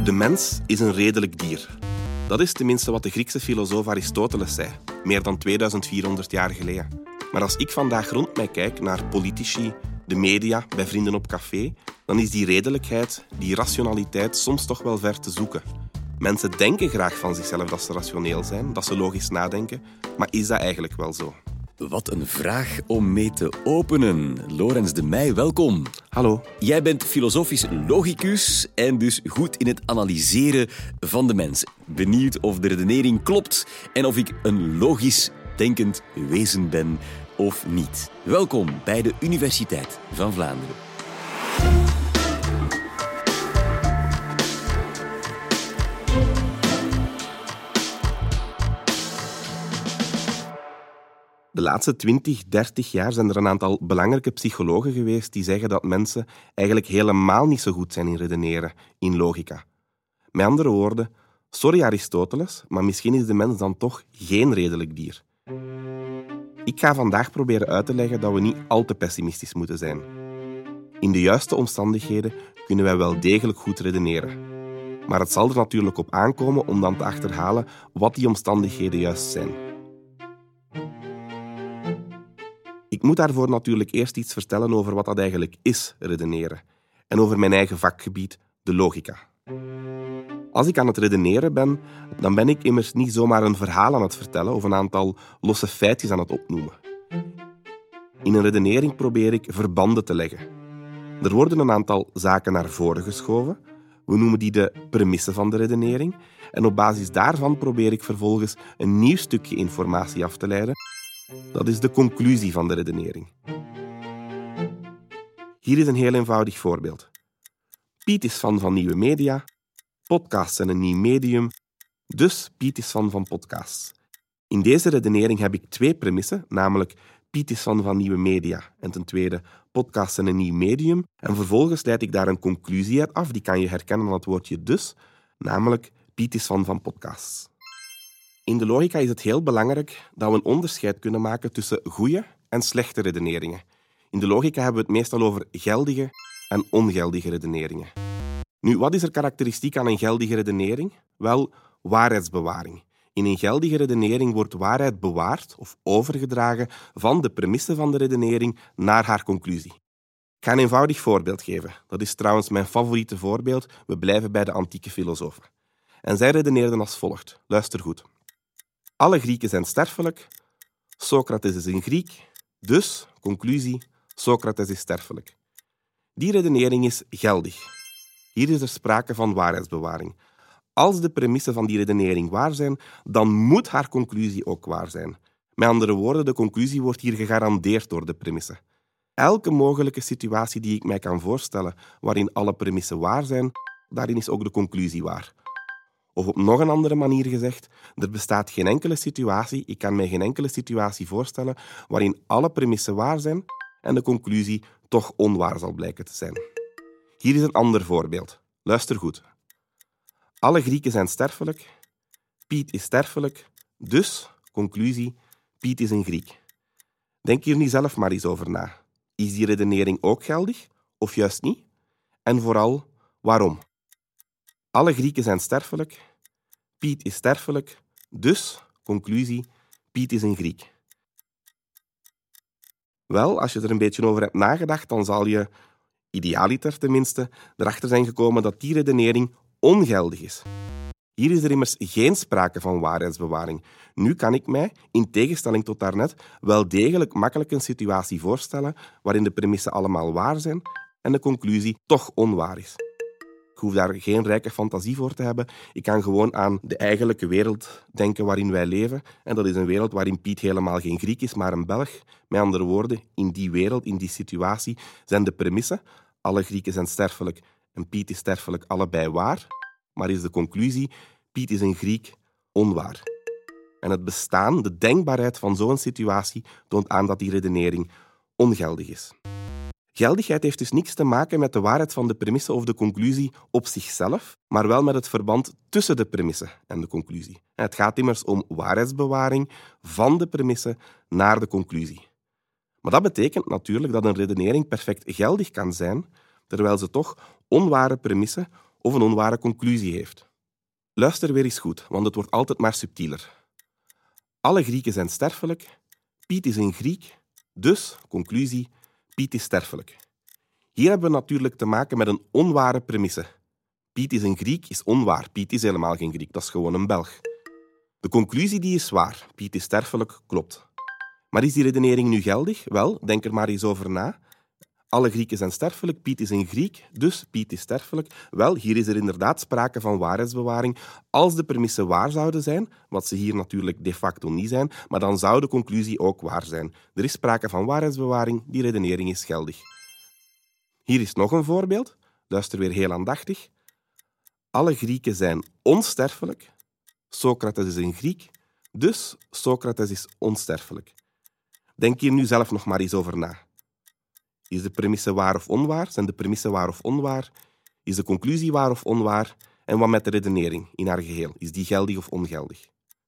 De mens is een redelijk dier. Dat is tenminste wat de Griekse filosoof Aristoteles zei, meer dan 2400 jaar geleden. Maar als ik vandaag rond mij kijk naar politici, de media, bij vrienden op café, dan is die redelijkheid, die rationaliteit soms toch wel ver te zoeken. Mensen denken graag van zichzelf dat ze rationeel zijn, dat ze logisch nadenken, maar is dat eigenlijk wel zo? Wat een vraag om mee te openen. Lorenz de Meij, welkom. Hallo. Jij bent filosofisch logicus en dus goed in het analyseren van de mens. Benieuwd of de redenering klopt en of ik een logisch denkend wezen ben of niet. Welkom bij de Universiteit van Vlaanderen. De laatste 20, 30 jaar zijn er een aantal belangrijke psychologen geweest die zeggen dat mensen eigenlijk helemaal niet zo goed zijn in redeneren, in logica. Met andere woorden, sorry Aristoteles, maar misschien is de mens dan toch geen redelijk dier. Ik ga vandaag proberen uit te leggen dat we niet al te pessimistisch moeten zijn. In de juiste omstandigheden kunnen wij wel degelijk goed redeneren. Maar het zal er natuurlijk op aankomen om dan te achterhalen wat die omstandigheden juist zijn. Ik moet daarvoor natuurlijk eerst iets vertellen over wat dat eigenlijk is, redeneren. En over mijn eigen vakgebied, de logica. Als ik aan het redeneren ben, dan ben ik immers niet zomaar een verhaal aan het vertellen of een aantal losse feitjes aan het opnoemen. In een redenering probeer ik verbanden te leggen. Er worden een aantal zaken naar voren geschoven. We noemen die de premissen van de redenering. En op basis daarvan probeer ik vervolgens een nieuw stukje informatie af te leiden. Dat is de conclusie van de redenering. Hier is een heel eenvoudig voorbeeld. Piet is fan van nieuwe media, podcasts zijn een nieuw medium, dus Piet is fan van podcasts. In deze redenering heb ik twee premissen, namelijk Piet is fan van nieuwe media en ten tweede podcasts zijn een nieuw medium. En vervolgens leid ik daar een conclusie uit af, die kan je herkennen aan het woordje dus, namelijk Piet is fan van podcasts. In de logica is het heel belangrijk dat we een onderscheid kunnen maken tussen goede en slechte redeneringen. In de logica hebben we het meestal over geldige en ongeldige redeneringen. Nu, wat is er karakteristiek aan een geldige redenering? Wel, waarheidsbewaring. In een geldige redenering wordt waarheid bewaard of overgedragen van de premissen van de redenering naar haar conclusie. Ik ga een eenvoudig voorbeeld geven. Dat is trouwens mijn favoriete voorbeeld. We blijven bij de antieke filosofen. En zij redeneerden als volgt. Luister goed. Alle Grieken zijn sterfelijk. Socrates is een Griek. Dus, conclusie, Socrates is sterfelijk. Die redenering is geldig. Hier is er sprake van waarheidsbewaring. Als de premissen van die redenering waar zijn, dan moet haar conclusie ook waar zijn. Met andere woorden, de conclusie wordt hier gegarandeerd door de premissen. Elke mogelijke situatie die ik mij kan voorstellen waarin alle premissen waar zijn, daarin is ook de conclusie waar. Of op nog een andere manier gezegd, er bestaat geen enkele situatie, ik kan mij geen enkele situatie voorstellen waarin alle premissen waar zijn en de conclusie toch onwaar zal blijken te zijn. Hier is een ander voorbeeld. Luister goed. Alle Grieken zijn sterfelijk. Piet is sterfelijk. Dus, conclusie, Piet is een Griek. Denk hier niet zelf maar eens over na. Is die redenering ook geldig of juist niet? En vooral, waarom? Alle Grieken zijn sterfelijk. Piet is sterfelijk. Dus, conclusie, Piet is een Griek. Wel, als je er een beetje over hebt nagedacht, dan zal je, idealiter tenminste, erachter zijn gekomen dat die redenering ongeldig is. Hier is er immers geen sprake van waarheidsbewaring. Nu kan ik mij, in tegenstelling tot daarnet, wel degelijk makkelijk een situatie voorstellen waarin de premissen allemaal waar zijn en de conclusie toch onwaar is. Ik hoef daar geen rijke fantasie voor te hebben. Ik kan gewoon aan de eigenlijke wereld denken waarin wij leven. En dat is een wereld waarin Piet helemaal geen Griek is, maar een Belg. Met andere woorden, in die wereld, in die situatie, zijn de premissen, alle Grieken zijn sterfelijk en Piet is sterfelijk, allebei waar. Maar is de conclusie, Piet is een Griek, onwaar. En het bestaan, de denkbaarheid van zo'n situatie, toont aan dat die redenering ongeldig is. Geldigheid heeft dus niks te maken met de waarheid van de premisse of de conclusie op zichzelf, maar wel met het verband tussen de premisse en de conclusie. Het gaat immers om waarheidsbewaring van de premisse naar de conclusie. Maar dat betekent natuurlijk dat een redenering perfect geldig kan zijn, terwijl ze toch onware premissen of een onware conclusie heeft. Luister weer eens goed, want het wordt altijd maar subtieler. Alle Grieken zijn sterfelijk. Piet is een Griek, dus, conclusie, Piet is sterfelijk. Hier hebben we natuurlijk te maken met een onware premisse. Piet is een Griek is onwaar. Piet is helemaal geen Griek, dat is gewoon een Belg. De conclusie die is waar. Piet is sterfelijk, klopt. Maar is die redenering nu geldig? Wel, denk er maar eens over na. Alle Grieken zijn sterfelijk, Piet is een Griek, dus Piet is sterfelijk. Wel, hier is er inderdaad sprake van waarheidsbewaring. Als de premissen waar zouden zijn, wat ze hier natuurlijk de facto niet zijn, maar dan zou de conclusie ook waar zijn. Er is sprake van waarheidsbewaring, die redenering is geldig. Hier is nog een voorbeeld. Luister weer heel aandachtig. Alle Grieken zijn onsterfelijk. Socrates is een Griek, dus Socrates is onsterfelijk. Denk hier nu zelf nog maar eens over na. Is de premisse waar of onwaar? Zijn de premissen waar of onwaar? Is de conclusie waar of onwaar? En wat met de redenering in haar geheel? Is die geldig of ongeldig?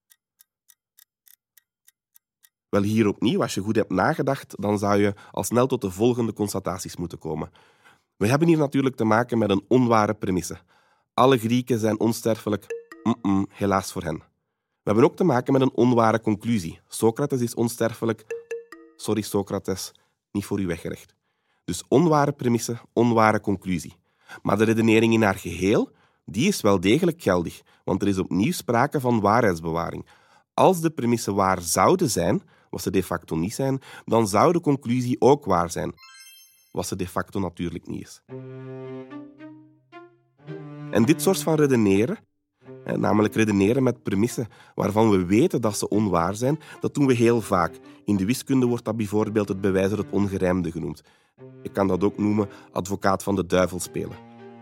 Wel, hier opnieuw, als je goed hebt nagedacht, dan zou je al snel tot de volgende constataties moeten komen. We hebben hier natuurlijk te maken met een onware premisse. Alle Grieken zijn onsterfelijk. Helaas voor hen. We hebben ook te maken met een onware conclusie. Socrates is onsterfelijk. Sorry Socrates, niet voor u weggerecht. Dus onware premisse, onware conclusie. Maar de redenering in haar geheel, die is wel degelijk geldig, want er is opnieuw sprake van waarheidsbewaring. Als de premissen waar zouden zijn, wat ze de facto niet zijn, dan zou de conclusie ook waar zijn, wat ze de facto natuurlijk niet is. En dit soort van redeneren, namelijk redeneren met premissen waarvan we weten dat ze onwaar zijn, dat doen we heel vaak. In de wiskunde wordt dat bijvoorbeeld het bewijzen het ongerijmde genoemd. Ik kan dat ook noemen advocaat van de duivel spelen.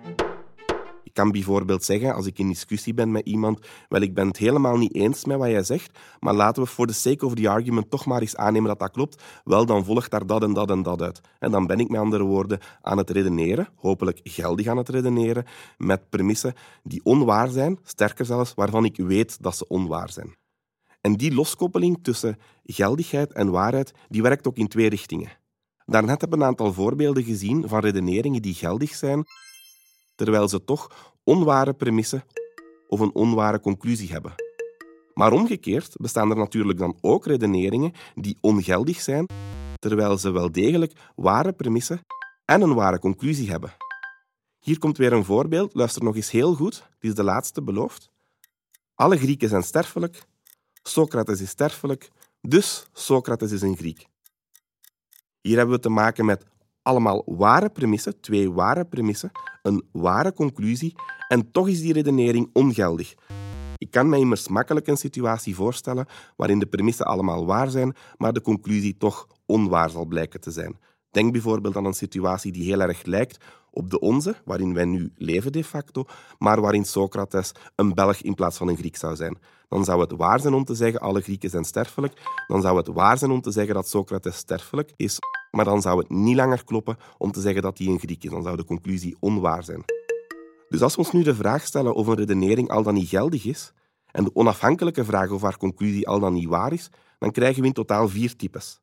Ik kan bijvoorbeeld zeggen, als ik in discussie ben met iemand, wel, ik ben het helemaal niet eens met wat jij zegt, maar laten we for the sake of the argument toch maar eens aannemen dat dat klopt, wel, dan volgt daar dat en dat en dat uit. En dan ben ik met andere woorden aan het redeneren, hopelijk geldig aan het redeneren, met premissen die onwaar zijn, sterker zelfs, waarvan ik weet dat ze onwaar zijn. En die loskoppeling tussen geldigheid en waarheid, die werkt ook in twee richtingen. Daarnet hebben we een aantal voorbeelden gezien van redeneringen die geldig zijn, terwijl ze toch onware premissen of een onware conclusie hebben. Maar omgekeerd bestaan er natuurlijk dan ook redeneringen die ongeldig zijn, terwijl ze wel degelijk ware premissen en een ware conclusie hebben. Hier komt weer een voorbeeld, luister nog eens heel goed, het is de laatste, beloofd. Alle Grieken zijn sterfelijk, Socrates is sterfelijk, dus Socrates is een Griek. Hier hebben we te maken met allemaal ware premissen, twee ware premissen, een ware conclusie en toch is die redenering ongeldig. Ik kan me immers makkelijk een situatie voorstellen waarin de premissen allemaal waar zijn, maar de conclusie toch onwaar zal blijken te zijn. Denk bijvoorbeeld aan een situatie die heel erg lijkt op de onze, waarin wij nu leven de facto, maar waarin Socrates een Belg in plaats van een Griek zou zijn. Dan zou het waar zijn om te zeggen alle Grieken zijn sterfelijk, dan zou het waar zijn om te zeggen dat Socrates sterfelijk is, maar dan zou het niet langer kloppen om te zeggen dat hij een Griek is. Dan zou de conclusie onwaar zijn. Dus als we ons nu de vraag stellen of een redenering al dan niet geldig is, en de onafhankelijke vraag of haar conclusie al dan niet waar is, dan krijgen we in totaal 4 types.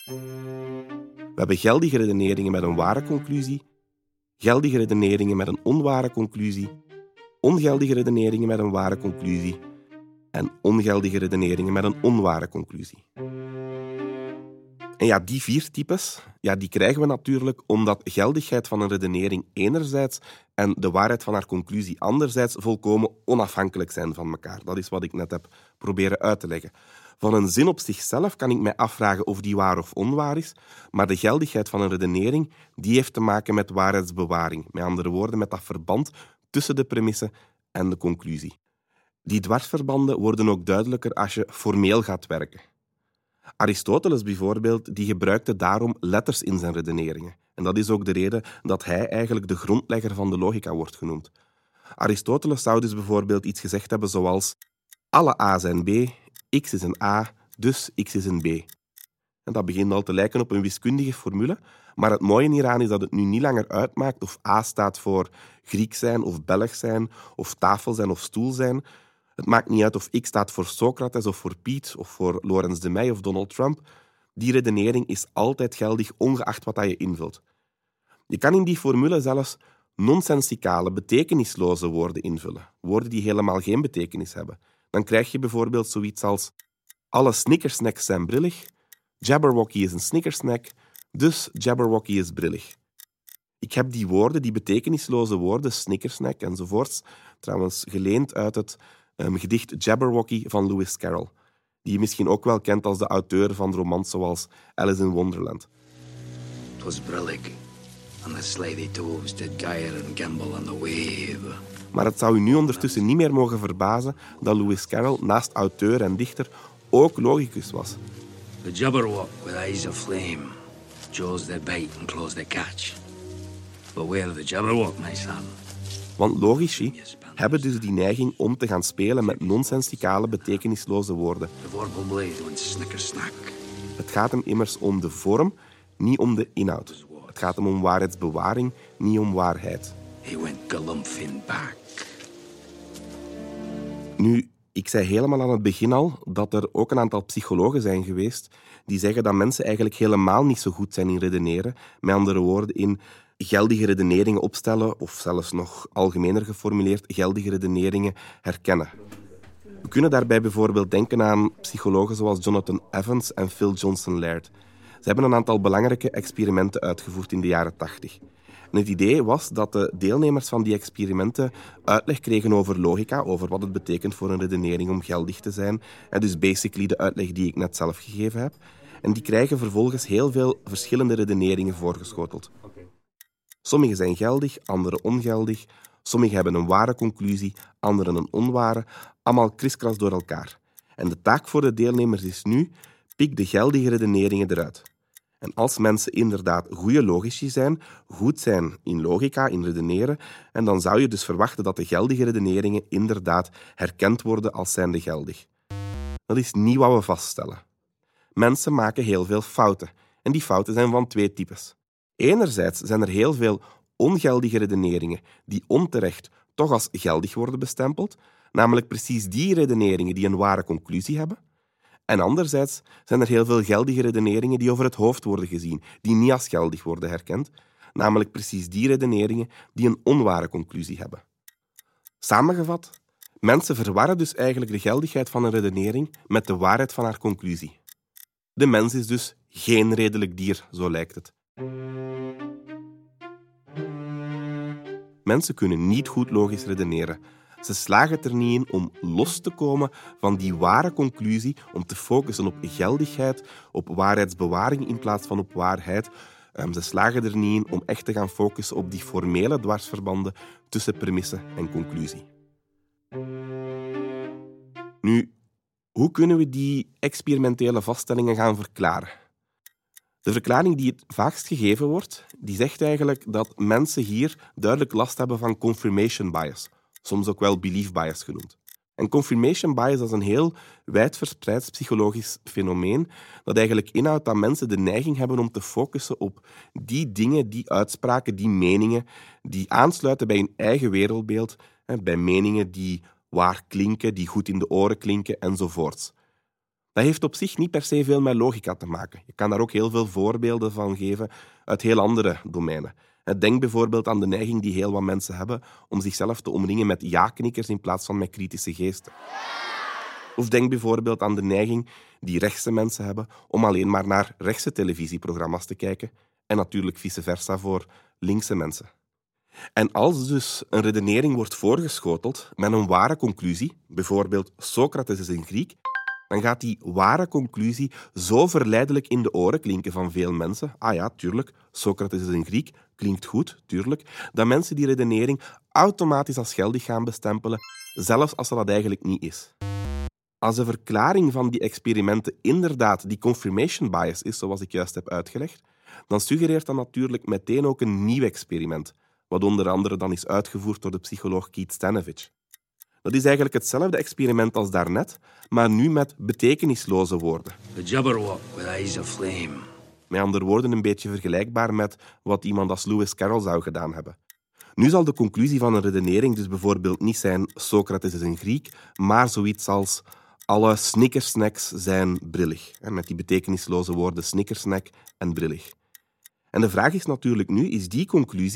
We hebben geldige redeneringen met een ware conclusie, geldige redeneringen met een onware conclusie, ongeldige redeneringen met een ware conclusie en ongeldige redeneringen met een onware conclusie. En ja, die 4 types, die krijgen we natuurlijk omdat geldigheid van een redenering enerzijds en de waarheid van haar conclusie anderzijds volkomen onafhankelijk zijn van elkaar. Dat is wat ik net heb proberen uit te leggen. Van een zin op zichzelf kan ik mij afvragen of die waar of onwaar is, maar de geldigheid van een redenering die heeft te maken met waarheidsbewaring. Met andere woorden, met dat verband tussen de premisse en de conclusie. Die dwarsverbanden worden ook duidelijker als je formeel gaat werken. Aristoteles bijvoorbeeld, die gebruikte daarom letters in zijn redeneringen. En dat is ook de reden dat hij eigenlijk de grondlegger van de logica wordt genoemd. Aristoteles zou dus bijvoorbeeld iets gezegd hebben zoals alle a zijn b, x is een a, dus x is een b. En dat begint al te lijken op een wiskundige formule, maar het mooie hieraan is dat het nu niet langer uitmaakt of a staat voor Griek zijn of Belg zijn, of tafel zijn of stoel zijn. Het maakt niet uit of x staat voor Socrates of voor Piet of voor Lorenz de Meij of Donald Trump. Die redenering is altijd geldig, ongeacht wat je invult. Je kan in die formule zelfs nonsensicale, betekenisloze woorden invullen, woorden die helemaal geen betekenis hebben, dan krijg je bijvoorbeeld zoiets als alle snickersnacks zijn brillig, Jabberwocky is een snickersnack, dus Jabberwocky is brillig. Ik heb die woorden, die betekenisloze woorden, snickersnack enzovoorts, trouwens geleend uit het gedicht Jabberwocky van Lewis Carroll, die je misschien ook wel kent als de auteur van romans zoals Alice in Wonderland. It was brillig, and the slithy toves did gyre and gimble on the wave. Maar het zou u nu ondertussen niet meer mogen verbazen dat Lewis Carroll naast auteur en dichter ook logicus was. The Jabberwock with eyes of flame chose their bite and closed their catch. Beware the Jabberwock, my son. Want logici hebben dus die neiging om te gaan spelen met nonsensicale, betekenisloze woorden. The vorpal blade went snicker-snack. Het gaat hem immers om de vorm, niet om de inhoud. Het gaat hem om waarheidsbewaring, niet om waarheid. He went galumphing back. Nu, ik zei helemaal aan het begin al dat er ook een aantal psychologen zijn geweest die zeggen dat mensen eigenlijk helemaal niet zo goed zijn in redeneren. Met andere woorden, in geldige redeneringen opstellen, of zelfs nog algemener geformuleerd, geldige redeneringen herkennen. We kunnen daarbij bijvoorbeeld denken aan psychologen zoals Jonathan Evans en Phil Johnson Laird. Ze hebben een aantal belangrijke experimenten uitgevoerd in de jaren 80. En het idee was dat de deelnemers van die experimenten uitleg kregen over logica, over wat het betekent voor een redenering om geldig te zijn. En dus basically de uitleg die ik net zelf gegeven heb. En die krijgen vervolgens heel veel verschillende redeneringen voorgeschoteld. Sommige zijn geldig, andere ongeldig. Sommige hebben een ware conclusie, andere een onware. Allemaal kriskras door elkaar. En de taak voor de deelnemers is nu: pik de geldige redeneringen eruit. En als mensen inderdaad goede logici zijn, goed zijn in logica, in redeneren, en dan zou je dus verwachten dat de geldige redeneringen inderdaad herkend worden als zijnde geldig. Dat is niet wat we vaststellen. Mensen maken heel veel fouten. En die fouten zijn van twee types. Enerzijds zijn er heel veel ongeldige redeneringen die onterecht toch als geldig worden bestempeld, namelijk precies die redeneringen die een ware conclusie hebben. En anderzijds zijn er heel veel geldige redeneringen die over het hoofd worden gezien, die niet als geldig worden herkend, namelijk precies die redeneringen die een onware conclusie hebben. Samengevat, mensen verwarren dus eigenlijk de geldigheid van een redenering met de waarheid van haar conclusie. De mens is dus geen redelijk dier, zo lijkt het. Mensen kunnen niet goed logisch redeneren. Ze slagen het er niet in om los te komen van die ware conclusie, om te focussen op geldigheid, op waarheidsbewaring in plaats van op waarheid. Ze slagen er niet in om echt te gaan focussen op die formele dwarsverbanden tussen premisse en conclusie. Nu, hoe kunnen we die experimentele vaststellingen gaan verklaren? De verklaring die het vaakst gegeven wordt, die zegt eigenlijk dat mensen hier duidelijk last hebben van confirmation bias, soms ook wel belief bias genoemd. En confirmation bias is een heel wijdverspreid psychologisch fenomeen dat eigenlijk inhoudt dat mensen de neiging hebben om te focussen op die dingen, die uitspraken, die meningen, die aansluiten bij hun eigen wereldbeeld, bij meningen die waar klinken, die goed in de oren klinken enzovoorts. Dat heeft op zich niet per se veel met logica te maken. Je kan daar ook heel veel voorbeelden van geven uit heel andere domeinen. Denk bijvoorbeeld aan de neiging die heel wat mensen hebben om zichzelf te omringen met ja-knikkers in plaats van met kritische geesten. Of denk bijvoorbeeld aan de neiging die rechtse mensen hebben om alleen maar naar rechtse televisieprogramma's te kijken en natuurlijk vice versa voor linkse mensen. En als dus een redenering wordt voorgeschoteld met een ware conclusie, bijvoorbeeld Socrates is een Griek, dan gaat die ware conclusie zo verleidelijk in de oren klinken van veel mensen. Ah ja, tuurlijk, Socrates is een Griek, klinkt goed, tuurlijk. Dat mensen die redenering automatisch als geldig gaan bestempelen, zelfs als dat eigenlijk niet is. Als de verklaring van die experimenten inderdaad die confirmation bias is, zoals ik juist heb uitgelegd, dan suggereert dat natuurlijk meteen ook een nieuw experiment, wat onder andere dan is uitgevoerd door de psycholoog Keith Stanovich. Dat is eigenlijk hetzelfde experiment als daarnet, maar nu met betekenisloze woorden. The Jabberwock with eyes of flame. Met andere woorden een beetje vergelijkbaar met wat iemand als Lewis Carroll zou gedaan hebben. Nu zal de conclusie van een redenering dus bijvoorbeeld niet zijn Socrates is een Griek, maar zoiets als alle snickersnacks zijn brillig. Met die betekenisloze woorden snickersnack en brillig. En de vraag is natuurlijk nu, is die conclusie,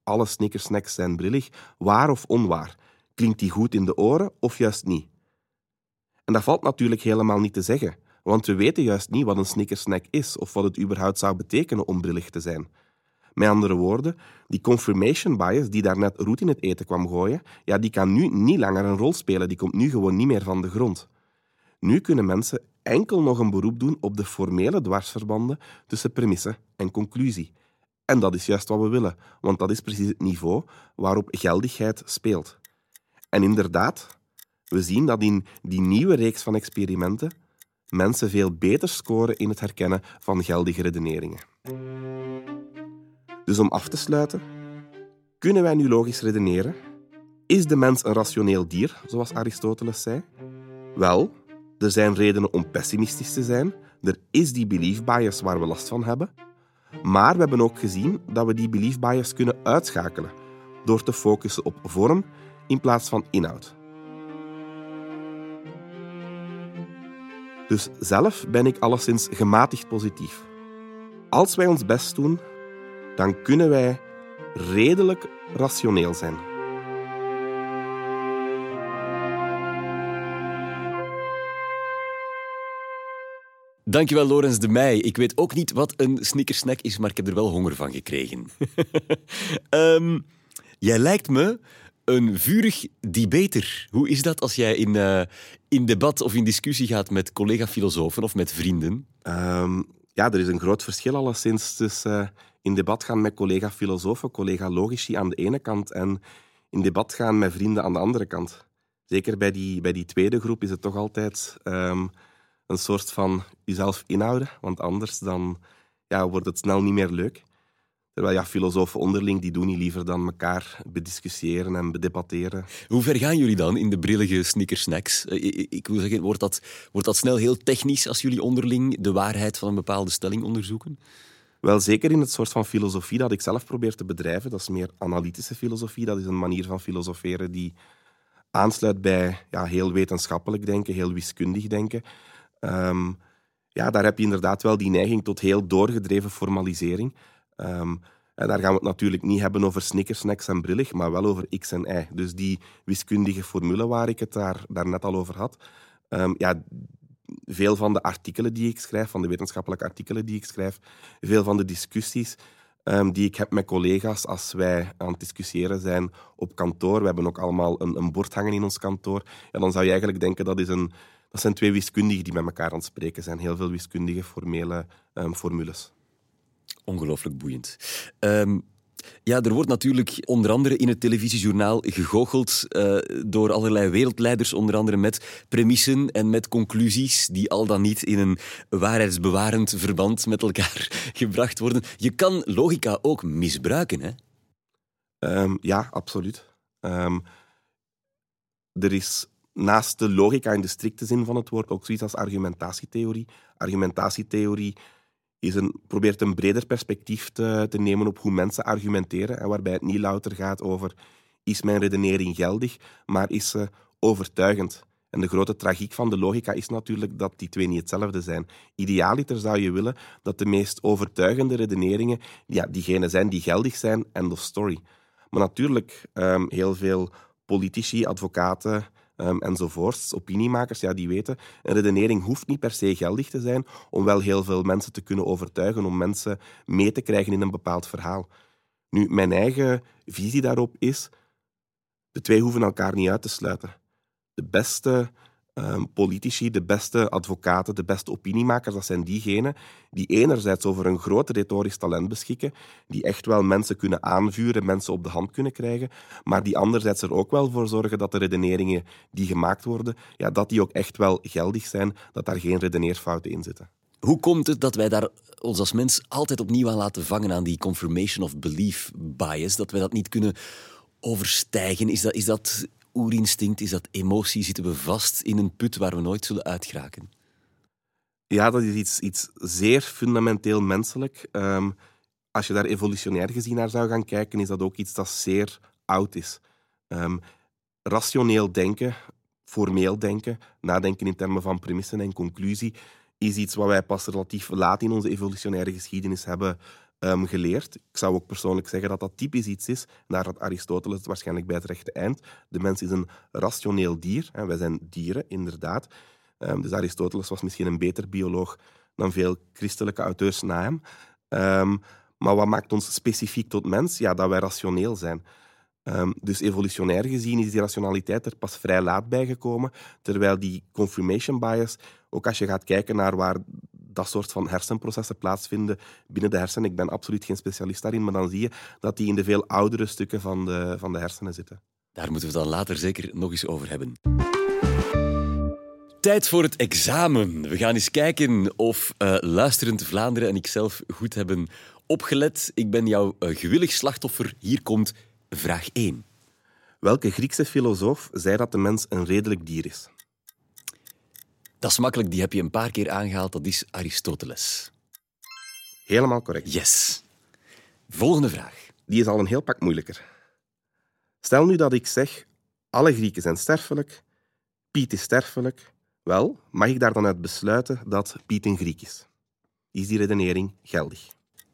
alle snickersnacks zijn brillig, waar of onwaar? Klinkt die goed in de oren of juist niet? En dat valt natuurlijk helemaal niet te zeggen, want we weten juist niet wat een snickersnack is of wat het überhaupt zou betekenen om brillig te zijn. Met andere woorden, die confirmation bias die daarnet roet in het eten kwam gooien, ja, die kan nu niet langer een rol spelen, die komt nu gewoon niet meer van de grond. Nu kunnen mensen enkel nog een beroep doen op de formele dwarsverbanden tussen premisse en conclusie. En dat is juist wat we willen, want dat is precies het niveau waarop geldigheid speelt. En inderdaad, we zien dat in die nieuwe reeks van experimenten mensen veel beter scoren in het herkennen van geldige redeneringen. Dus om af te sluiten, kunnen wij nu logisch redeneren? Is de mens een rationeel dier, zoals Aristoteles zei? Wel, er zijn redenen om pessimistisch te zijn. Er is die belief bias waar we last van hebben. Maar we hebben ook gezien dat we die belief bias kunnen uitschakelen door te focussen op vorm in plaats van inhoud. Dus zelf ben ik alleszins gematigd positief. Als wij ons best doen, dan kunnen wij redelijk rationeel zijn. Dankjewel, Laurens de Meij. Ik weet ook niet wat een snickersnack is, maar ik heb er wel honger van gekregen. Jij lijkt me een vurig debater. Hoe is dat als jij in debat of in discussie gaat met collega-filosofen of met vrienden? Ja, er is een groot verschil alleszins tussen in debat gaan met collega-filosofen, collega-logici aan de ene kant en in debat gaan met vrienden aan de andere kant. Zeker bij die tweede groep is het toch altijd een soort van jezelf inhouden, want anders dan, wordt het snel niet meer leuk. Terwijl filosofen onderling die doen niet liever dan elkaar bediscussiëren en bedebatteren. Hoe ver gaan jullie dan in de brillige snickersnacks? Ik wil zeggen, wordt dat snel heel technisch als jullie onderling de waarheid van een bepaalde stelling onderzoeken? Wel, zeker in het soort van filosofie dat ik zelf probeer te bedrijven. Dat is meer analytische filosofie. Dat is een manier van filosoferen die aansluit bij heel wetenschappelijk denken, heel wiskundig denken. Daar heb je inderdaad wel die neiging tot heel doorgedreven formalisering. Daar gaan we het natuurlijk niet hebben over snickersnacks en brillig, maar wel over x en y. Dus die wiskundige formule waar ik het daar net al over had. Veel van de artikelen die ik schrijf, van de wetenschappelijke artikelen die ik schrijf, veel van de discussies die ik heb met collega's als wij aan het discussiëren zijn op kantoor. We hebben ook allemaal een bord hangen in ons kantoor. Ja, dan zou je eigenlijk denken dat zijn twee wiskundigen die met elkaar aan het spreken zijn. Heel veel wiskundige formele formules. Ongelooflijk boeiend. Er wordt natuurlijk onder andere in het televisiejournaal gegoocheld door allerlei wereldleiders, onder andere met premissen en met conclusies die al dan niet in een waarheidsbewarend verband met elkaar gebracht worden. Je kan logica ook misbruiken, hè? Ja, absoluut. Er is naast de logica in de strikte zin van het woord ook zoiets als argumentatietheorie. Argumentatietheorie probeert een breder perspectief te nemen op hoe mensen argumenteren en waarbij het niet louter gaat over is mijn redenering geldig, maar is ze overtuigend. En de grote tragiek van de logica is natuurlijk dat die twee niet hetzelfde zijn. Idealiter zou je willen dat de meest overtuigende redeneringen diegene zijn die geldig zijn, end of story. Maar natuurlijk, heel veel politici, advocaten enzovoorts, opiniemakers, die weten, een redenering hoeft niet per se geldig te zijn om wel heel veel mensen te kunnen overtuigen, om mensen mee te krijgen in een bepaald verhaal. Nu, mijn eigen visie daarop is, de twee hoeven elkaar niet uit te sluiten. De beste politici, de beste advocaten, de beste opiniemakers, dat zijn diegenen die enerzijds over een groot retorisch talent beschikken, die echt wel mensen kunnen aanvuren, mensen op de hand kunnen krijgen, maar die anderzijds er ook wel voor zorgen dat de redeneringen die gemaakt worden, dat die ook echt wel geldig zijn, dat daar geen redeneerfouten in zitten. Hoe komt het dat wij daar ons als mens altijd opnieuw aan laten vangen aan die confirmation of belief bias, dat wij dat niet kunnen overstijgen? Is dat oerinstinct, is dat emotie? Zitten we vast in een put waar we nooit zullen uitgeraken? Ja, dat is iets zeer fundamenteel menselijk. Als je daar evolutionair gezien naar zou gaan kijken, is dat ook iets dat zeer oud is. Rationeel denken, formeel denken, nadenken in termen van premissen en conclusie, is iets wat wij pas relatief laat in onze evolutionaire geschiedenis hebben geleerd. Ik zou ook persoonlijk zeggen dat dat typisch iets is, naar dat Aristoteles het waarschijnlijk bij het rechte eind. De mens is een rationeel dier. Wij zijn dieren, inderdaad. Dus Aristoteles was misschien een beter bioloog dan veel christelijke auteurs na hem. Maar wat maakt ons specifiek tot mens? Ja, dat wij rationeel zijn. Dus evolutionair gezien is die rationaliteit er pas vrij laat bijgekomen, terwijl die confirmation bias, ook als je gaat kijken naar waar dat soort van hersenprocessen plaatsvinden binnen de hersenen, ik ben absoluut geen specialist daarin, maar dan zie je dat die in de veel oudere stukken van de hersenen zitten. Daar moeten we het dan later zeker nog eens over hebben. Tijd voor het examen. We gaan eens kijken of luisterend Vlaanderen en ikzelf goed hebben opgelet. Ik ben jouw gewillig slachtoffer. Hier komt vraag 1. Welke Griekse filosoof zei dat de mens een redelijk dier is? Dat is makkelijk, die heb je een paar keer aangehaald. Dat is Aristoteles. Helemaal correct. Yes. Volgende vraag. Die is al een heel pak moeilijker. Stel nu dat ik zeg, alle Grieken zijn sterfelijk, Piet is sterfelijk. Wel, mag ik daar dan uit besluiten dat Piet een Griek is? Is die redenering geldig?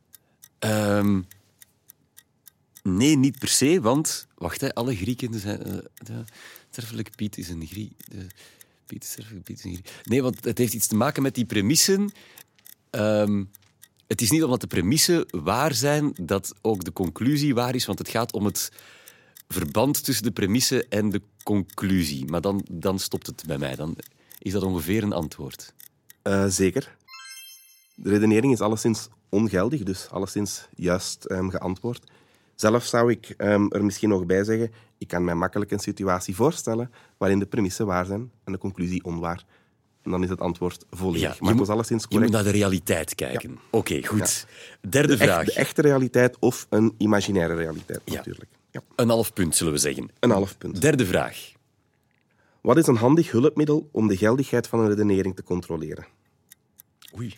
Nee, niet per se, want... Wacht, alle Grieken zijn... sterfelijk Piet is een Griek... Piet is sterfelijk, Piet is een Griek... Nee, want het heeft iets te maken met die premissen. Het is niet omdat de premissen waar zijn dat ook de conclusie waar is, want het gaat om het verband tussen de premissen en de conclusie. Maar dan stopt het bij mij. Dan is dat ongeveer een antwoord. Zeker. De redenering is alleszins ongeldig, dus alleszins juist geantwoord. Zelf zou ik er misschien nog bij zeggen, ik kan mij makkelijk een situatie voorstellen waarin de premissen waar zijn en de conclusie onwaar. En dan is het antwoord volledig. Ja, maar het was alleszins correct. Je moet naar de realiteit kijken. Ja. Oké, goed. Ja. Derde vraag. De echte realiteit of een imaginaire realiteit, natuurlijk. Ja. Een half punt, zullen we zeggen. Een half punt. Derde vraag. Wat is een handig hulpmiddel om de geldigheid van een redenering te controleren? Oei.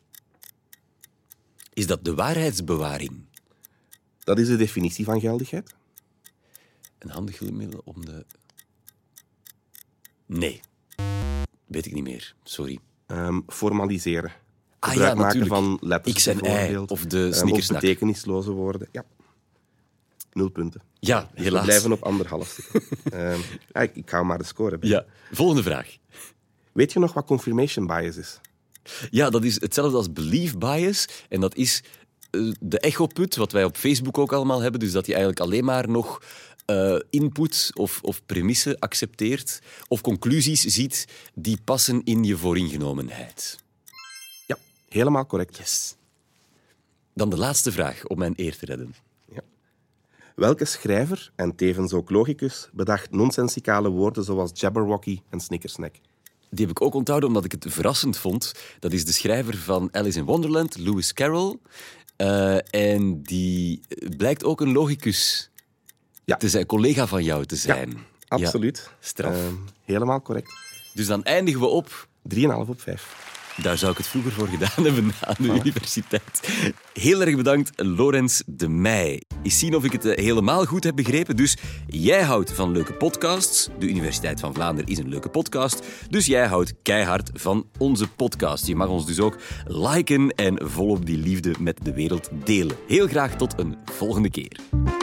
Is dat de waarheidsbewaring? Dat is de definitie van geldigheid. Een handig hulpmiddel om de... Nee. Weet ik niet meer. Sorry. Formaliseren. Gebruik maken van letters, X en Y of de snickersnak. Of betekenisloze woorden. Ja. 0 punten. Ja, dus helaas. we blijven op 1,5. Ik ga maar de score bij. Ja. Volgende vraag. Weet je nog wat confirmation bias is? Ja, dat is hetzelfde als belief bias. En dat is de echoput, wat wij op Facebook ook allemaal hebben. Dus dat je eigenlijk alleen maar nog input of premissen accepteert of conclusies ziet die passen in je vooringenomenheid. Ja, helemaal correct. Yes. Dan de laatste vraag om mijn eer te redden. Ja. Welke schrijver, en tevens ook logicus, bedacht nonsensicale woorden zoals Jabberwocky en Snickersnack? Die heb ik ook onthouden omdat ik het verrassend vond. Dat is de schrijver van Alice in Wonderland, Lewis Carroll. En die blijkt ook een logicus te zijn, collega van jou te zijn. Ja, absoluut. Ja, straf. Helemaal correct. Dus dan eindigen we op... 3,5 op 5. Daar zou ik het vroeger voor gedaan hebben aan de universiteit. Heel erg bedankt, Lorenz de Meij. Eens zien of ik het helemaal goed heb begrepen. Dus jij houdt van leuke podcasts. De Universiteit van Vlaanderen is een leuke podcast. Dus jij houdt keihard van onze podcast. Je mag ons dus ook liken en volop die liefde met de wereld delen. Heel graag tot een volgende keer.